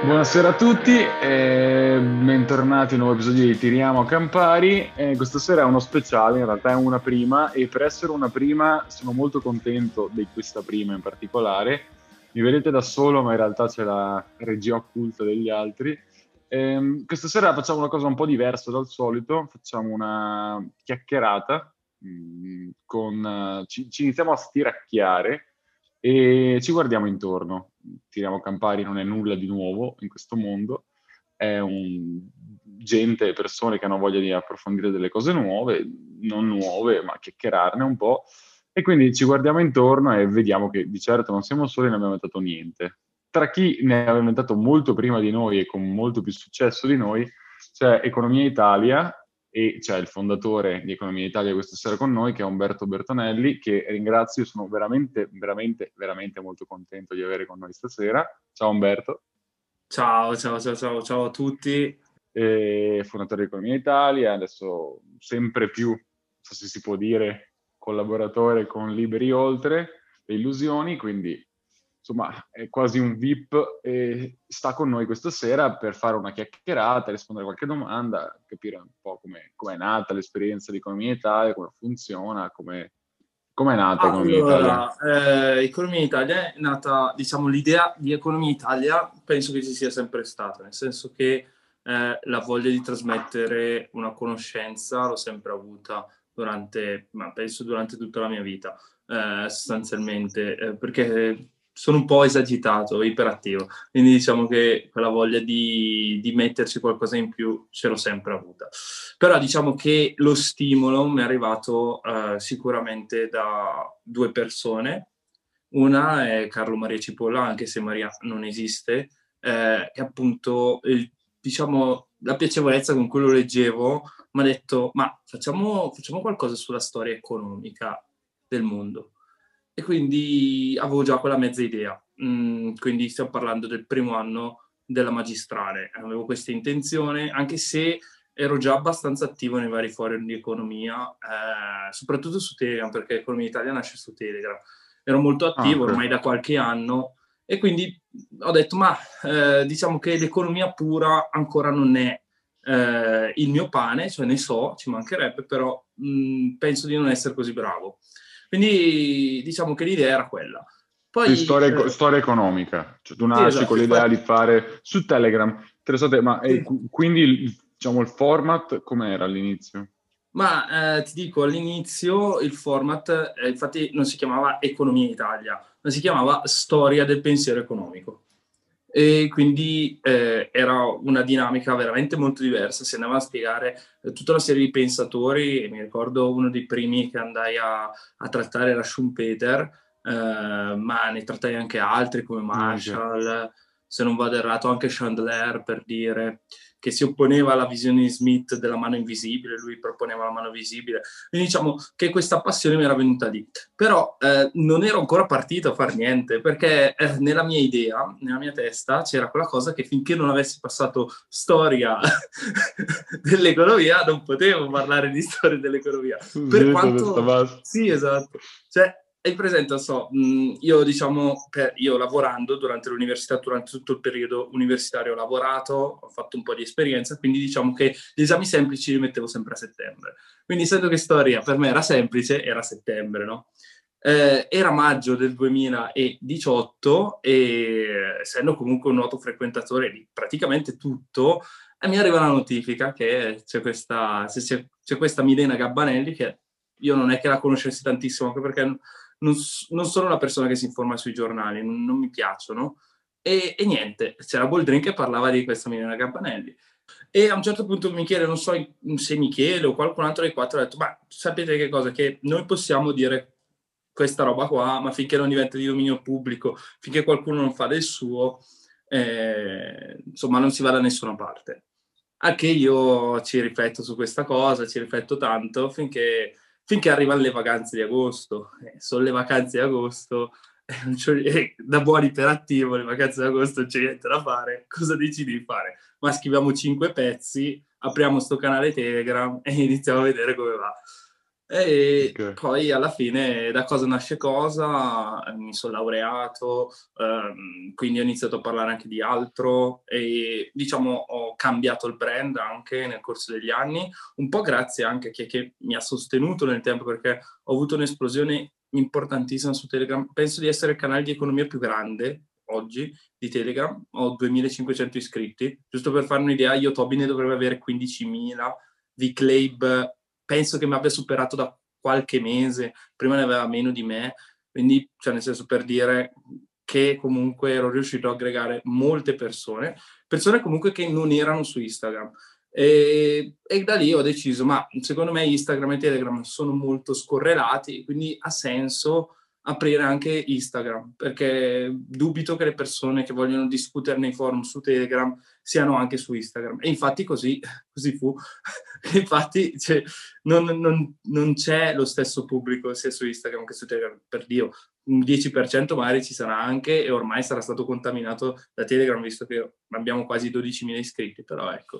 Buonasera a tutti, bentornati in un nuovo episodio di Tiriamo Campari. Questa sera è uno speciale, in realtà è una prima, e per essere una prima sono molto contento di questa prima in particolare. Mi vedete da solo, ma in realtà c'è la regia occulta degli altri. Questa sera facciamo una cosa un po' diversa dal solito, facciamo una chiacchierata, ci iniziamo a stiracchiare e ci guardiamo intorno. Tiriamo Campari non è nulla di nuovo in questo mondo, è gente e persone che hanno voglia di approfondire delle cose nuove, non nuove, ma chiacchierarne un po'. E quindi ci guardiamo intorno e vediamo che di certo non siamo soli e non abbiamo inventato niente. Tra chi ne aveva inventato molto prima di noi e con molto più successo di noi, c'è Economia Italia, e c'è il fondatore di Economia Italia questa sera con noi, che è Umberto Bertonelli, che ringrazio, sono veramente, veramente, veramente molto contento di avere con noi stasera. Ciao Umberto. Ciao a tutti. Fondatore di Economia Italia, adesso sempre più, non so se si può dire, collaboratore con Liberi Oltre le Illusioni, quindi insomma è quasi un VIP e sta con noi questa sera per fare una chiacchierata, rispondere a qualche domanda, capire un po' come è nata l'esperienza di Economia Italia, come funziona, come è nata Economia Italia. Allora, Economia Italia è nata, diciamo, l'idea di Economia Italia penso che ci sia sempre stata, nel senso che la voglia di trasmettere una conoscenza l'ho sempre avuta penso durante tutta la mia vita, sostanzialmente, perché sono un po' esagitato, iperattivo, quindi diciamo che quella voglia di metterci qualcosa in più ce l'ho sempre avuta. Però diciamo che lo stimolo mi è arrivato sicuramente da due persone. Una è Carlo Maria Cipolla, anche se Maria non esiste, che appunto diciamo, la piacevolezza con cui lo leggevo mi ha detto ma facciamo qualcosa sulla storia economica del mondo. E quindi avevo già quella mezza idea. Quindi stiamo parlando del primo anno della magistrale. Avevo questa intenzione, anche se ero già abbastanza attivo nei vari forum di economia, soprattutto su Telegram, perché Economia Italia nasce su Telegram. Ero molto Ah, attivo ok. ormai da qualche anno e quindi ho detto, diciamo che l'economia pura ancora non è il mio pane, cioè ne so, ci mancherebbe, però penso di non essere così bravo. Quindi diciamo che l'idea era quella. Di Poi, storia economica, cioè tu sì, nasci esatto, con l'idea di infatti, fare su Telegram, interessante, ma sì. quindi diciamo il format com'era all'inizio? Ti dico, all'inizio il format, infatti non si chiamava Economia Italia, ma si chiamava Storia del pensiero economico. E quindi era una dinamica veramente molto diversa, si andava a spiegare tutta una serie di pensatori, e mi ricordo uno dei primi che andai a trattare era Schumpeter, ma ne trattai anche altri come Ok. Marshall, se non vado errato anche Chandler, per dire, che si opponeva alla visione di Smith della mano invisibile, lui proponeva la mano visibile. Quindi diciamo che questa passione mi era venuta lì. Però non ero ancora partito a fare niente, perché nella mia idea, nella mia testa, c'era quella cosa che finché non avessi passato storia dell'economia, non potevo parlare di storia dell'economia. Per Sì, testa quanto... bassa. Sì, esatto. Cioè, hai presente, non so, io diciamo, io lavorando durante l'università, durante tutto il periodo universitario ho lavorato, ho fatto un po' di esperienza, quindi diciamo che gli esami semplici li mettevo sempre a settembre. Quindi essendo che storia per me era semplice, era settembre, no? Era maggio del 2018 e essendo comunque un noto frequentatore di praticamente tutto, mi arriva la notifica che c'è questa Milena Gabbanelli, che io non è che la conoscessi tantissimo, anche perché non sono una persona che si informa sui giornali, non mi piacciono. E niente, c'era Boldrin che parlava di questa Milena Gabbanelli. E a un certo punto Michele, non so se Michele o qualcun altro dei quattro ha detto, ma sapete che cosa? Che noi possiamo dire questa roba qua, ma finché non diventa di dominio pubblico, finché qualcuno non fa del suo, insomma non si va da nessuna parte. Anche io ci rifletto su questa cosa, ci rifletto tanto finché arrivano le vacanze di agosto. Sono le vacanze di agosto, da buon iperattivo, le vacanze di agosto non c'è niente da fare. Cosa decidi di fare? Ma scriviamo 5 pezzi, apriamo sto canale Telegram e iniziamo a vedere come va. E Ok. poi alla fine da cosa nasce cosa, mi sono laureato, quindi ho iniziato a parlare anche di altro e diciamo ho cambiato il brand anche nel corso degli anni, un po' grazie anche a chi è che mi ha sostenuto nel tempo, perché ho avuto un'esplosione importantissima su Telegram. Penso di essere il canale di economia più grande oggi di Telegram, ho 2500 iscritti. Giusto per farmi un'idea, io Toby ne dovrebbe avere 15.000, Viclabe penso che mi abbia superato da qualche mese, prima ne aveva meno di me, quindi cioè nel senso, per dire che comunque ero riuscito a aggregare molte persone comunque che non erano su Instagram. E da lì ho deciso, ma secondo me Instagram e Telegram sono molto scorrelati, quindi ha senso aprire anche Instagram, perché dubito che le persone che vogliono discutere nei forum su Telegram siano anche su Instagram. E infatti così fu. Infatti cioè, non c'è lo stesso pubblico sia su Instagram che su Telegram, per Dio. Un 10% magari ci sarà anche, e ormai sarà stato contaminato da Telegram, visto che abbiamo quasi 12.000 iscritti, però ecco,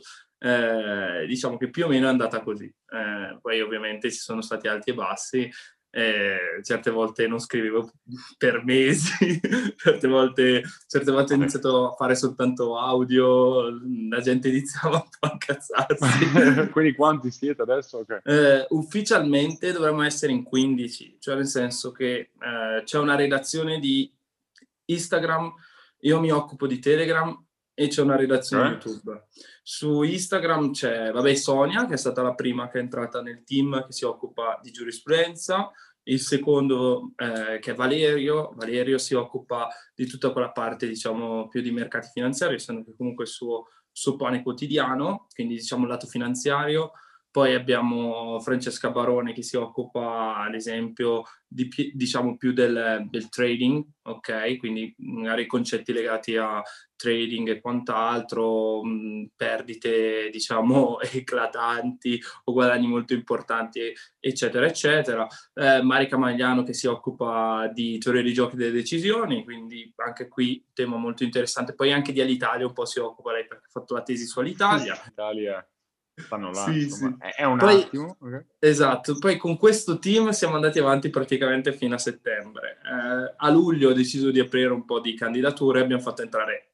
diciamo che più o meno è andata così. Poi ovviamente ci sono stati alti e bassi, certe volte non scrivevo per mesi, certe volte ho iniziato a fare soltanto audio, la gente iniziava un po' a incazzarsi. Quindi quanti siete adesso? Ok. Ufficialmente dovremmo essere in 15, cioè nel senso che c'è una redazione di Instagram, io mi occupo di Telegram e c'è una redazione Ok. YouTube. Su Instagram c'è, vabbè, Sonia, che è stata la prima che è entrata nel team che si occupa di giurisprudenza, il secondo che è Valerio. Valerio si occupa di tutta quella parte, diciamo, più di mercati finanziari, essendo che comunque il suo pane quotidiano, quindi diciamo il lato finanziario. Poi abbiamo Francesca Barone che si occupa, ad esempio, diciamo più del trading, ok? Quindi magari concetti legati a trading e quant'altro, perdite, diciamo, eclatanti o guadagni molto importanti, eccetera, eccetera. Marica Magliano che si occupa di teoria dei giochi delle decisioni, quindi anche qui tema molto interessante. Poi anche di Alitalia un po' si occupa lei, perché ha fatto la tesi su Alitalia. Italia stanno là, Sì, insomma. sì. È un Poi, attimo. Ok. esatto, poi con questo team siamo andati avanti praticamente fino a settembre. A luglio ho deciso di aprire un po' di candidature, abbiamo fatto entrare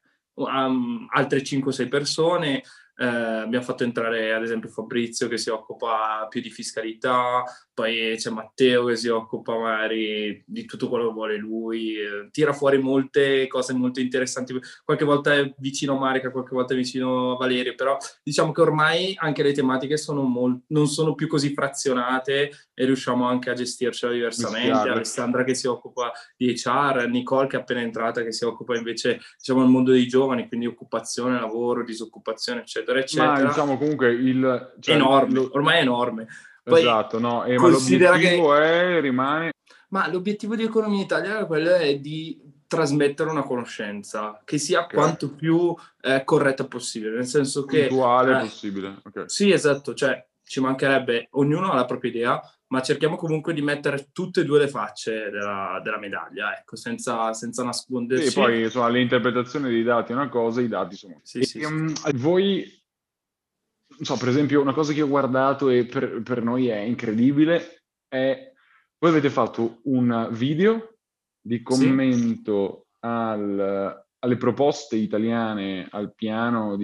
altre 5-6 persone, abbiamo fatto entrare ad esempio Fabrizio che si occupa più di fiscalità, poi c'è Matteo che si occupa magari di tutto quello che vuole lui, tira fuori molte cose molto interessanti, qualche volta è vicino a Marica, qualche volta è vicino a Valerio, però diciamo che ormai anche le tematiche non sono più così frazionate e riusciamo anche a gestircela diversamente. Mischiarle. Alessandra che si occupa di HR, Nicole che è appena entrata che si occupa invece, diciamo, del mondo dei giovani, quindi occupazione, lavoro, disoccupazione, eccetera, Ma eccetera. diciamo comunque cioè, Enorme, ormai è enorme. Poi esatto, no, ma considera l'obiettivo che rimane ma l'obiettivo di Economia Italia quello è di trasmettere una conoscenza che sia ok, quanto più corretta possibile, nel senso che puntuale possibile. Ok. sì, esatto, cioè ci mancherebbe, ognuno ha la propria idea, ma cerchiamo comunque di mettere tutte e due le facce della medaglia, ecco, senza Sì, nasconderci. poi insomma, l'interpretazione dei dati è una cosa, i dati sono. Sì, sì, sì. Voi, non so, per esempio, una cosa che ho guardato e per noi è incredibile è, voi avete fatto un video di Sì? commento alle proposte italiane al piano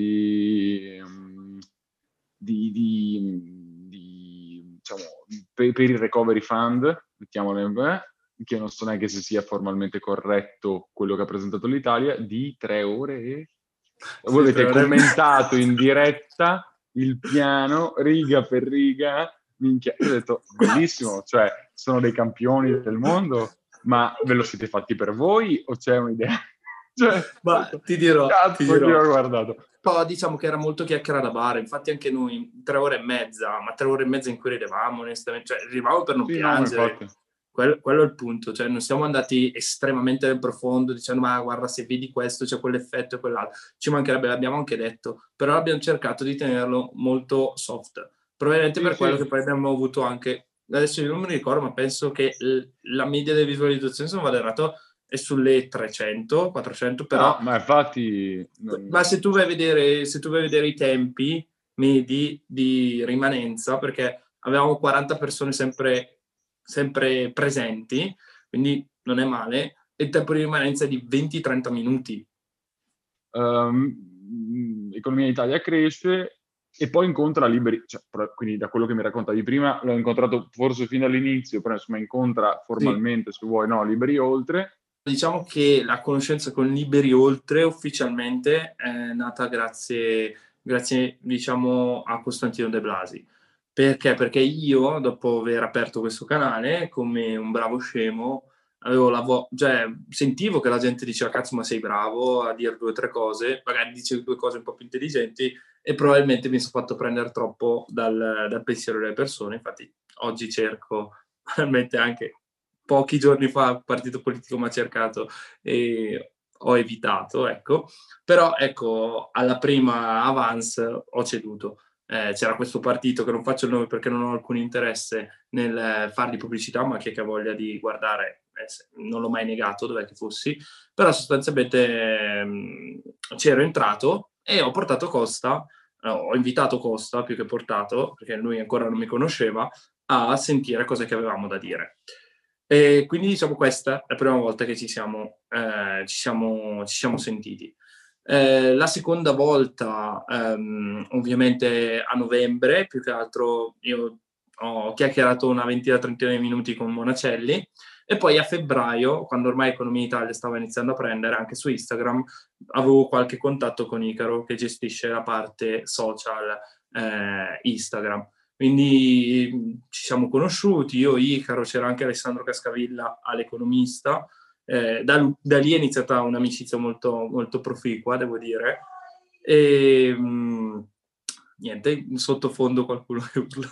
diciamo, per il recovery fund, mettiamole, che non so neanche se sia formalmente corretto quello che ha presentato l'Italia, di 3 ore e... Voi Sì, avete 3 ore e commentato in diretta il piano, riga per riga, minchia. Io ho detto, bellissimo, cioè, sono dei campioni del mondo, ma ve lo siete fatti per voi o c'è un'idea? Cioè, ho Ma detto, ti dirò, ti cazzo, chi dirò. ho guardato? Poi diciamo che era molto chiacchiera da bar, infatti anche noi 3 ore e mezza, ma 3 ore e mezza in cui ridevamo, onestamente, cioè ridevamo per non Sì, no, ma piangere. infatti. Quello è il punto, cioè non siamo andati estremamente nel profondo dicendo ma guarda se vedi questo c'è quell'effetto e quell'altro, ci mancherebbe, l'abbiamo anche detto, però abbiamo cercato di tenerlo molto soft, probabilmente Sì, per quello sì. che poi abbiamo avuto anche, adesso io non mi ricordo, ma penso che la media delle visualizzazioni, se non vado errato, è sulle 300, 400, però No, ma infatti... ma se tu vai a vedere i tempi medi di rimanenza, perché avevamo 40 persone sempre presenti, quindi non è male, e il tempo di rimanenza è di 20-30 minuti. Economia Italia cresce e poi incontra Liberi, cioè, quindi da quello che mi raccontavi prima, l'ho incontrato forse fin dall'inizio, però insomma incontra Sì. formalmente, se vuoi, no, Liberi Oltre. Diciamo che la conoscenza con Liberi Oltre ufficialmente è nata grazie, diciamo, a Costantino De Blasi. Perché? Perché io, dopo aver aperto questo canale, come un bravo scemo, cioè, sentivo che la gente diceva cazzo ma sei bravo a dire 2 o 3 cose, magari dicevi 2 cose un po' più intelligenti, e probabilmente mi sono fatto prendere troppo dal pensiero delle persone. Infatti oggi cerco, probabilmente anche pochi giorni fa un partito politico m'ha cercato e ho evitato, ecco. Però ecco, alla prima avance ho ceduto. C'era questo partito, che non faccio il nome perché non ho alcun interesse nel fargli pubblicità, ma chi è che ha voglia di guardare, non l'ho mai negato dov'è che fossi, però sostanzialmente c'ero entrato e ho portato Costa, ho invitato Costa più che portato, perché lui ancora non mi conosceva, a sentire cosa che avevamo da dire. E quindi diciamo questa è la prima volta che ci siamo sentiti. La seconda volta, ovviamente a novembre, più che altro io ho chiacchierato una ventina, trentina di minuti con Monacelli, e poi a febbraio, quando ormai Economia Italia stava iniziando a prendere anche su Instagram, avevo qualche contatto con Icaro, che gestisce la parte social Instagram. Quindi ci siamo conosciuti, io, Icaro, c'era anche Alessandro Cascavilla all'Economista. Da lì è iniziata un'amicizia molto, molto proficua, devo dire. E niente, in sottofondo qualcuno che urla.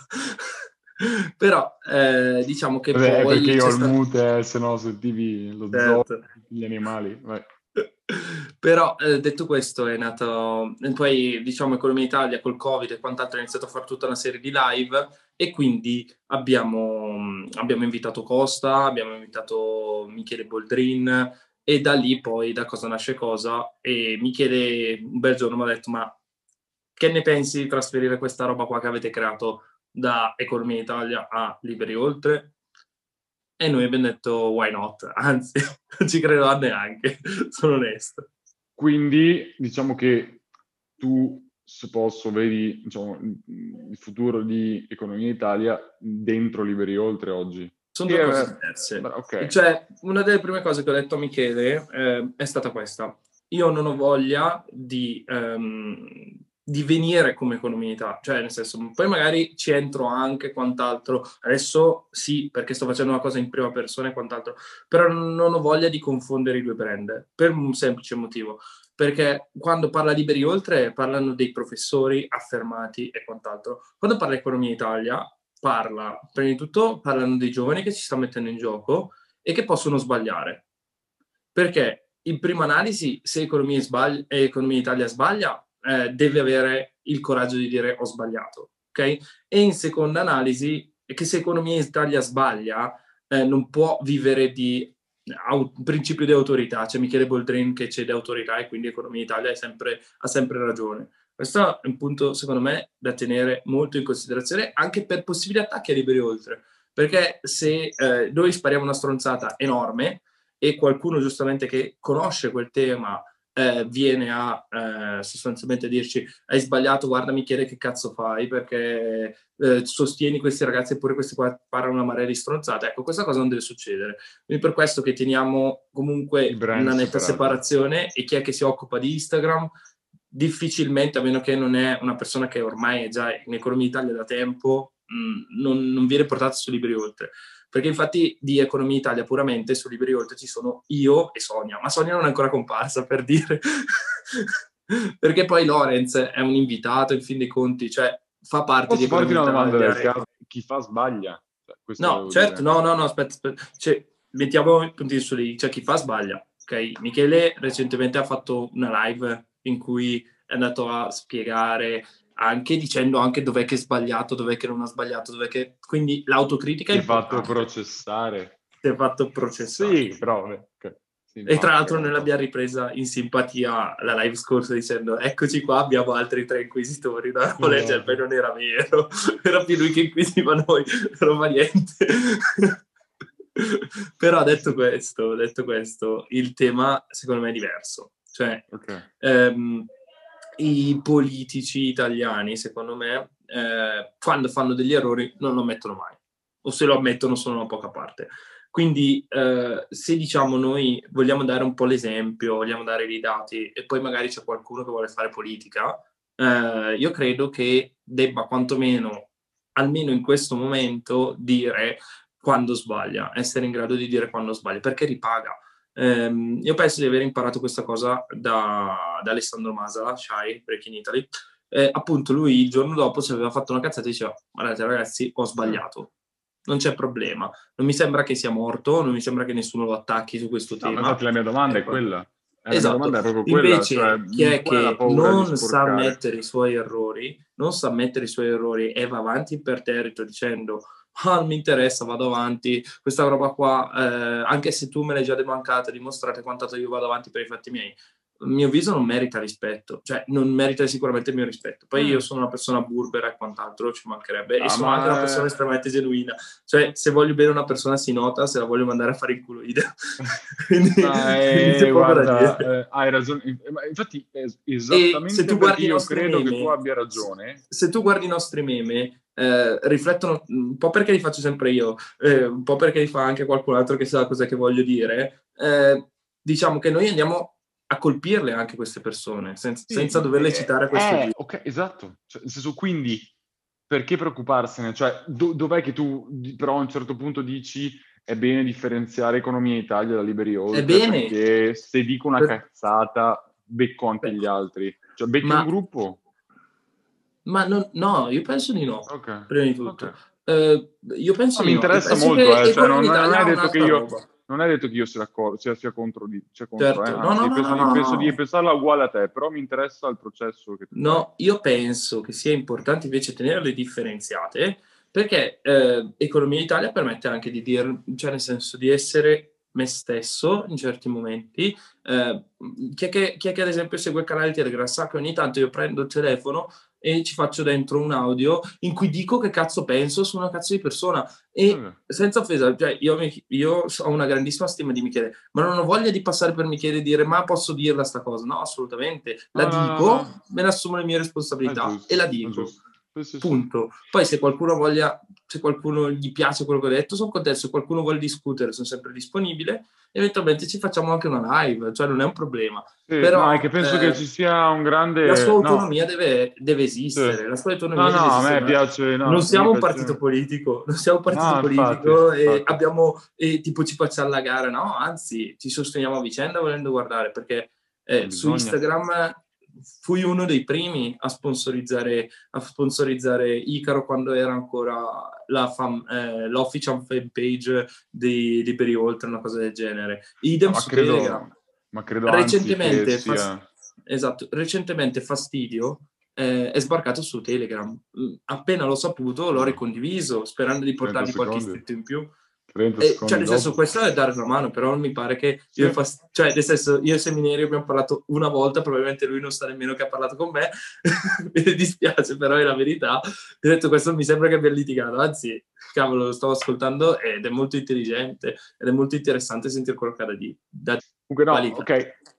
Però diciamo che Vabbè, è perché poi io ho c'è il stato... mute, se no sentivi lo zoo, Certo. gli animali. Vai. Però detto questo è nato, poi diciamo Economia Italia col Covid e quant'altro ha iniziato a fare tutta una serie di live, e quindi abbiamo invitato Costa, abbiamo invitato Michele Boldrin, e da lì poi da cosa nasce cosa, e Michele un bel giorno mi ha detto ma che ne pensi di trasferire questa roba qua che avete creato da Economia Italia a Liberi Oltre? E noi abbiamo detto why not, anzi non ci credo neanche, sono onesto. Quindi diciamo che tu, se posso, vedi diciamo, il futuro di Economia Italia dentro Liberi Oltre oggi. Sono due cose diverse. Ok. Cioè, una delle prime cose che ho detto a Michele è stata questa. Io non ho voglia di venire come economia, cioè nel senso, poi magari ci entro anche quant'altro. Adesso sì, perché sto facendo una cosa in prima persona e quant'altro, però non ho voglia di confondere i due brand, per un semplice motivo. Perché quando parla Liberi Oltre parlano dei professori affermati e quant'altro. Quando parla Economia Italia prima di tutto parlano dei giovani che si stanno mettendo in gioco e che possono sbagliare. Perché in prima analisi, se Economia Italia sbaglia, deve avere il coraggio di dire ho sbagliato. Okay? E in seconda analisi, che se Economia Italia sbaglia, non può vivere di principio di autorità. C'è Michele Boldrin che cede autorità e quindi Economia Italia ha sempre ragione. Questo è un punto, secondo me, da tenere molto in considerazione anche per possibili attacchi a Liberi Oltre. Perché se noi spariamo una stronzata enorme e qualcuno giustamente che conosce quel tema viene a sostanzialmente dirci hai sbagliato, guarda Michele che cazzo fai perché sostieni questi ragazzi eppure questi qua parlano una marea di stronzate, ecco, questa cosa non deve succedere. Quindi per questo che teniamo I comunque brand una netta separati. separazione, e chi è che si occupa di Instagram difficilmente, a meno che non è una persona che ormai è già in Economia Italia da tempo, non viene portata su Libri Oltre. Perché infatti di Economia Italia puramente su Libri Oltre ci sono io e Sonia, ma Sonia non è ancora comparsa, per dire. Perché poi Lorenz è un invitato, in fin dei conti, cioè fa parte di Posso farti Economia una domanda Italia. del caso? Chi fa sbaglia? Cioè, questo No, volevo certo, dire. no, aspetta. Cioè, mettiamo i puntini su lì, cioè chi fa sbaglia, ok? Michele recentemente ha fatto una live in cui è andato a spiegare anche dicendo anche dov'è che è sbagliato, dov'è che non ha sbagliato, dov'è che... Quindi l'autocritica è Si è fatto importante. processare. Si è fatto processare. Sì, però vabbè, okay. Sì, E tra l'altro no. noi l'abbiamo ripresa in simpatia la live scorsa dicendo eccoci qua, abbiamo altri 3 inquisitori da leggere, poi non era vero, era più lui che inquisiva noi, non fa niente. Però detto questo, il tema secondo me è diverso. Cioè, Ok. i politici italiani, secondo me, quando fanno degli errori non lo ammettono mai. O se lo ammettono sono una poca parte. Quindi se diciamo noi vogliamo dare un po' l'esempio, vogliamo dare dei dati e poi magari c'è qualcuno che vuole fare politica, io credo che debba quantomeno, almeno in questo momento, dire quando sbaglia, essere in grado di dire quando sbaglia, perché ripaga. Io penso di aver imparato questa cosa da Alessandro Masala, Shy, Breaking Italy. Appunto lui il giorno dopo se aveva fatto una cazzata diceva guardate ragazzi ho sbagliato, non c'è problema, non mi sembra che sia morto, non mi sembra che nessuno lo attacchi su questo No, ma tema. infatti la mia domanda è quella. La mia Esatto. domanda è proprio quella, cioè, Invece chi è qual è la che paura di non sa sporcare? ammettere i suoi errori, non sa ammettere i suoi errori e va avanti imperterrito dicendo ah, non mi interessa, vado avanti, questa roba qua, anche se tu me l'hai già debancata, dimostrate quanto io vado avanti per i fatti miei. Il mio avviso non merita rispetto, cioè non merita sicuramente il mio rispetto. Poi io sono una persona burbera e quant'altro, ci mancherebbe, e No, sono anche una persona estremamente genuina. Cioè, se voglio bene una persona si nota, se la voglio mandare a fare il culo idea. quindi c'è poco da guarda, dire. hai ragione. Ma infatti, E se esattamente tu perché guardi i io nostri credo che tu meme, abbia ragione. se tu guardi i nostri meme, riflettono un po' perché li faccio sempre io, un po' perché li fa anche qualcun altro che sa cos'è che voglio dire. Diciamo che noi andiamo a colpirle anche queste persone, senza Sì, doverle citare a questo giro. ok, esatto. Cioè, nel senso, quindi, perché preoccuparsene? Cioè, dov'è che tu, però, a un certo punto dici è bene differenziare Economia Italia da Liberi Oltre, Ebbene, perché se dico una cazzata, becco anche gli altri. Cioè, becchi un ma gruppo? no, io penso di no, Ok, prima di ok. tutto. Io penso No, mi di no. Io interessa penso molto, che cioè, Economia non Italia è ha detto che un'altra io, roba. non è detto che io sia contro, sia contro, Certo, no, no, anzi, no, no, penso di no. pensarla uguale a te, però mi interessa il processo che tu fai. No, io penso che sia importante invece tenerle differenziate perché Economia Italia permette anche di dire, cioè nel senso di essere me stesso in certi momenti. Chi è che ad esempio segue il canale Telegram sa che ogni tanto io prendo il telefono e ci faccio dentro un audio in cui dico che cazzo penso su una cazzo di persona e Ok. senza offesa, cioè io ho una grandissima stima di Michele, ma non ho voglia di passare per Michele e dire ma posso dirla sta cosa? No, assolutamente. La No, no, no, no, dico, me ne assumo le mie è responsabilità e giusto, la è dico. giusto. Sì, sì, sì. Punto. Poi se qualcuno gli piace quello che ho detto, sono contento. Se qualcuno vuole discutere, sono sempre disponibile. Eventualmente ci facciamo anche una live, cioè non è un problema. Sì, no, è che Però penso che ci sia un la sua grande... No, autonomia deve sì. esistere. La sua No, autonomia deve no, a esistere. me piace, Non no, a me siamo un partito piace... politico, non siamo un partito No, infatti, politico e infatti. abbiamo e tipo ci facciamo la gara, no? Anzi, ci sosteniamo a vicenda volendo guardare perché Non su bisogna. Instagram fui uno dei primi a sponsorizzare Icaro quando era ancora l'official fan page di Liberi Oltre, una cosa del genere. No, Idem su Telegram. ma credo anzi che Recentemente, sia... esatto, recentemente Fastidio è sbarcato su Telegram. Appena l'ho saputo l'ho No, ricondiviso sperando di 30 portargli qualche secondi. iscritto in più. 30 Cioè, secondi nel senso, dopo. questo è dare una mano, però non mi pare che Sì, io cioè, nel senso, io e Semineri abbiamo parlato una volta, probabilmente lui non sa nemmeno che ha parlato con me, mi dispiace, però è la verità. Ho detto, questo mi sembra che abbia litigato, anzi, cavolo, lo stavo ascoltando ed è molto intelligente ed è molto interessante sentire quello che ha da comunque no, qualità. ok,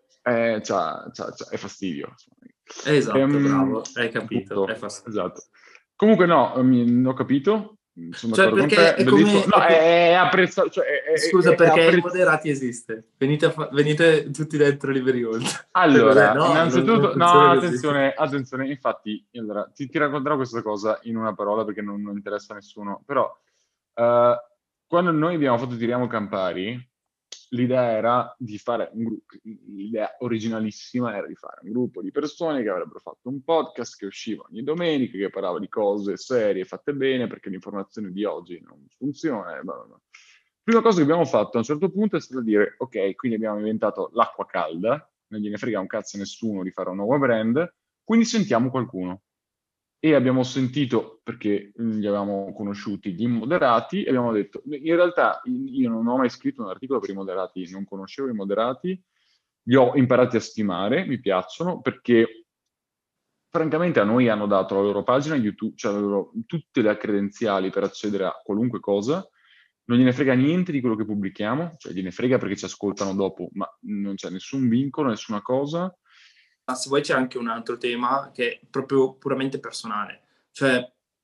è fastidio. Esatto, bravo, hai capito, è Appunto, fastidio. esatto. Comunque no, ho capito, sono Cioè, d'accordo con perché te, è bellissimo. come... No, è apprezzato, cioè Scusa, è perché i apprezzato. moderati esiste. Venite tutti dentro Liberi Oltre. Cioè, cos'è? Allora, No, non innanzitutto, no, funziona così. attenzione, infatti, allora, ti racconterò questa cosa in una parola perché non interessa a nessuno, però eh, quando noi abbiamo fatto Tiriamo Campari, l'idea era di fare un gruppo, l'idea originalissima era di fare un gruppo di persone che avrebbero fatto un podcast che usciva ogni domenica, che parlava di cose serie, fatte bene, perché l'informazione di oggi non funziona, e bla bla bla. Prima cosa che abbiamo fatto a un certo punto è stato dire, ok, quindi abbiamo inventato l'acqua calda, non gliene frega un cazzo a nessuno di fare un nuovo brand, quindi sentiamo qualcuno. e abbiamo sentito, perché li avevamo conosciuti, gli immoderati, e abbiamo detto, in realtà io non ho mai scritto un articolo per i moderati, non conoscevo i moderati, li ho imparati a stimare, mi piacciono, perché francamente a noi hanno dato la loro pagina YouTube, cioè tutte le credenziali per accedere a qualunque cosa, non gliene frega niente di quello che pubblichiamo, cioè gliene frega perché ci ascoltano dopo, ma non c'è nessun vincolo, nessuna cosa. Ma se vuoi c'è anche un altro tema che è proprio puramente personale, cioè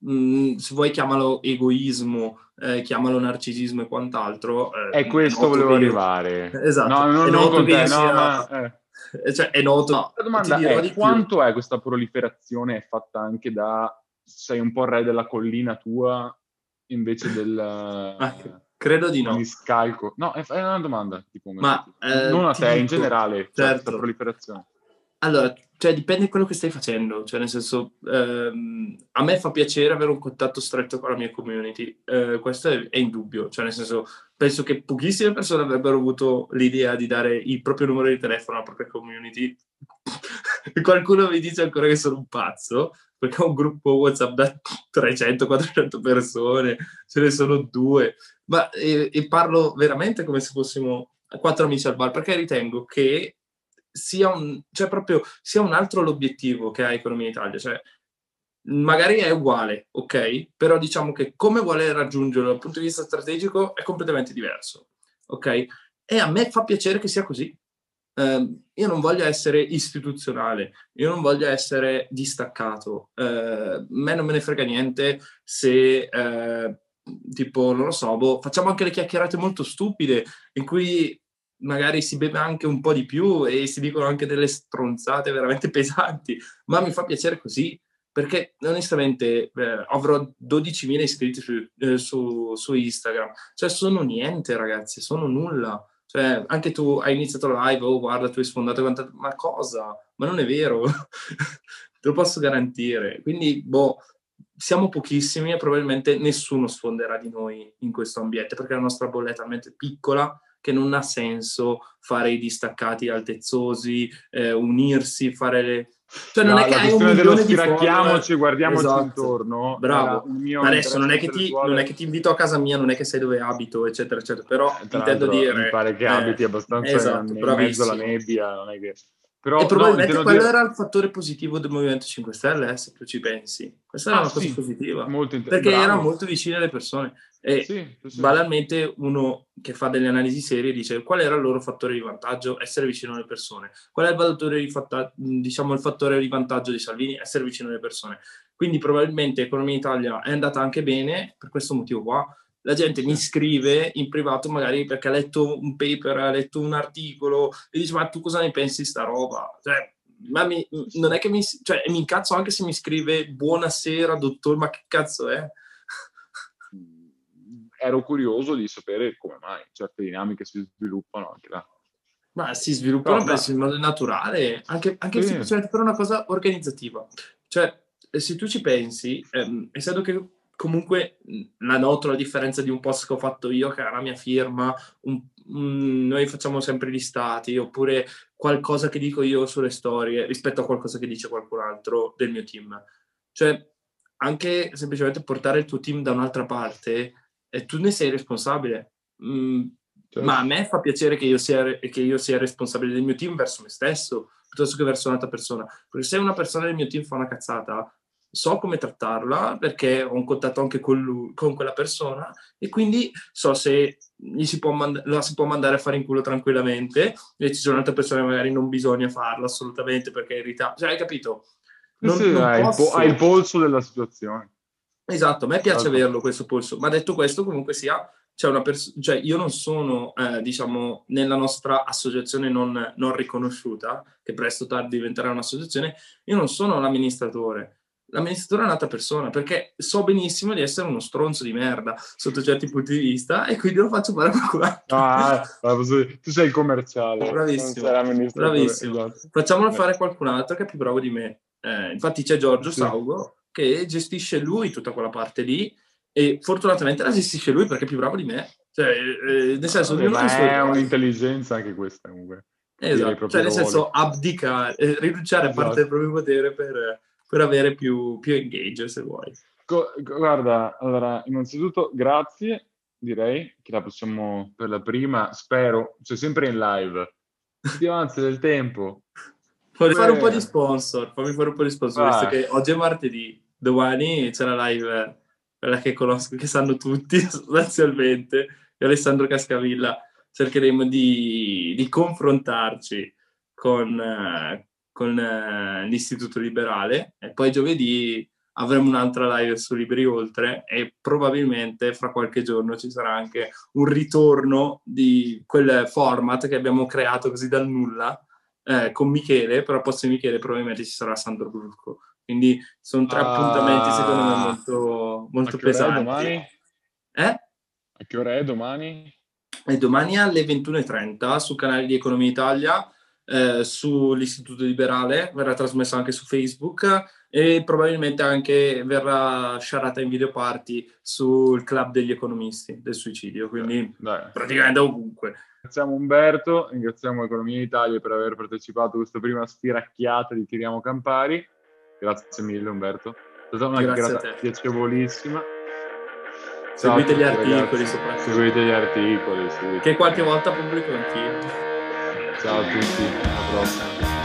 se vuoi chiamalo egoismo, chiamalo narcisismo e quant'altro, E è questo noto volevo che io... arrivare. No, Esatto, è non noto con che te, io no, sia... ma... Cioè, è noto, No, la ti domanda dirò è di più. quanto è questa proliferazione è fatta anche da sei un po' il re della collina tua invece del Ma credo di no. maniscalco? No, è una domanda, ti pongo Ma infatti. Non a ti te, in dico, generale, cioè questa certo, proliferazione. allora, cioè dipende da quello che stai facendo, cioè nel senso, a me fa piacere avere un contatto stretto con la mia community, questo è indubbio, cioè nel senso, penso che pochissime persone avrebbero avuto l'idea di dare il proprio numero di telefono alla propria community. Qualcuno mi dice ancora che sono un pazzo, perché ho un gruppo WhatsApp da 300-400 persone, ce ne sono due, ma e parlo veramente come se fossimo quattro amici al bar, perché ritengo che cioè proprio sia un altro l'obiettivo che ha Economia Italia, cioè magari è uguale, ok? Però diciamo che come vuole raggiungerlo dal punto di vista strategico è completamente diverso, ok? E a me fa piacere che sia così. Io non voglio essere istituzionale, io non voglio essere distaccato. A me non me ne frega niente se, tipo, non lo so, facciamo anche le chiacchierate molto stupide in cui magari si beve anche un po' di più e si dicono anche delle stronzate veramente pesanti, ma mi fa piacere così, perché onestamente avrò 12.000 iscritti su Instagram, cioè sono niente ragazzi, sono nulla. Cioè, anche tu hai iniziato live, oh guarda, tu hai sfondato quanta... Ma cosa? Ma non è vero, te lo posso garantire. Quindi, boh, siamo pochissimi e probabilmente nessuno sfonderà di noi in questo ambiente, perché la nostra bolla è talmente piccola che non ha senso fare i distaccati altezzosi, unirsi, fare le... Cioè, non è che La hai un questione dello milione di follower. stiracchiamoci, guardiamoci Esatto, intorno, era bravo. un Ma mio adesso interesse non è intellettuale. che ti invito a casa mia, non è che sai dove abito, eccetera, eccetera, però Tra intendo l'altro mi dire, pare che abiti abbastanza esatto, in mezzo alla bravissimo. nebbia, non è che... E Però no, probabilmente intendo quello dire... era il fattore positivo del Movimento 5 Stelle, se tu ci pensi. Questa era Ah una cosa sì, positiva, molto perché era bravo. molto vicino alle persone. E Sì, sì, sì. banalmente uno che fa delle analisi serie dice qual era il loro fattore di vantaggio? Essere vicino alle persone. Qual è il fattore di diciamo il fattore di vantaggio di Salvini? Essere vicino alle persone. Quindi probabilmente Economia Italia è andata anche bene per questo motivo qua. La gente mi Sì. scrive in privato magari perché ha letto un paper, ha letto un articolo e dice ma tu cosa ne pensi di sta roba? Cioè, ma Sì, non sì. è che cioè, mi incazzo anche se mi scrive buonasera dottor, ma che cazzo è? Ero curioso di sapere come mai certe dinamiche si sviluppano anche là. Ma si sviluppano, Però, penso, in modo naturale, anche sì, semplicemente per una cosa organizzativa. Cioè, se tu ci pensi, essendo che comunque la noto la differenza di un post che ho fatto io, che ha la mia firma, noi facciamo sempre gli stati, oppure qualcosa che dico io sulle storie rispetto a qualcosa che dice qualcun altro del mio team. Cioè, anche semplicemente portare il tuo team da un'altra parte, tu ne sei responsabile. Ma a certo. me fa piacere che io sia responsabile del mio team verso me stesso, piuttosto che verso un'altra persona. Perché se una persona del mio team fa una cazzata, so come trattarla, perché ho un contatto anche con quella persona, e quindi so se la si può mandare a fare in culo tranquillamente, e ci sono altre persone che magari non bisogna farla assolutamente perché è irritabile. Cioè, hai capito? Sì, sì, Non hai il posso... polso della situazione. Esatto, a me piace Esatto. averlo questo polso, ma detto questo, comunque sia, c'è cioè io non sono, diciamo, nella nostra associazione non riconosciuta, che presto o tardi diventerà un'associazione, io non sono l'amministratore. L'amministratore è un'altra persona, perché so benissimo di essere uno stronzo di merda sotto certi punti di vista e quindi lo faccio fare a qualcun altro. Tu sei il commerciale, non sei Bravissimo, l'amministratore, bravissimo. esatto. Facciamolo fare a qualcun altro che è più bravo di me. Infatti c'è Giorgio Sì. Saugo che gestisce lui tutta quella parte lì e fortunatamente la gestisce lui perché è più bravo di me. Cioè, nel senso, Vabbè, ognuno ha i ma suoi è ruoli. un'intelligenza anche questa, comunque. Capire i Esatto, propri cioè nel ruoli. senso abdicare, rinunciare a parte del Esatto. proprio potere per per avere più engage, se vuoi. Guarda, allora, innanzitutto grazie, direi che la possiamo per la prima, spero, cioè sempre in live, più avanti del tempo. Vorrei fare un po' di sponsor, visto Vai. che oggi è martedì, domani c'è la live, quella che conosco, che sanno tutti sostanzialmente, io Alessandro Cascavilla cercheremo di confrontarci con l'Istituto Liberale, e poi giovedì avremo un'altra live su Libri Oltre, e probabilmente fra qualche giorno ci sarà anche un ritorno di quel format che abbiamo creato così dal nulla, con Michele, però posto Michele probabilmente ci sarà Sandro Brusco. Quindi sono 3 appuntamenti secondo me molto, molto A che ora è pesanti. domani? A che ora è domani? E domani alle 21:30 sul canale di Economia Italia, sull'Istituto Liberale, verrà trasmesso anche su Facebook, e probabilmente anche verrà sciarata in video party sul Club degli Economisti del Suicidio, quindi Dai. praticamente ovunque. Ringraziamo Umberto, ringraziamo Economia Italia per aver partecipato a questa prima stiracchiata di Tiriamo Campari. Grazie mille Umberto, è stata una chiacchierata piacevolissima. Seguite gli articoli soprattutto. Seguite gli articoli, sì. Che qualche volta pubblico anch'io. Ciao a tutti, alla prossima.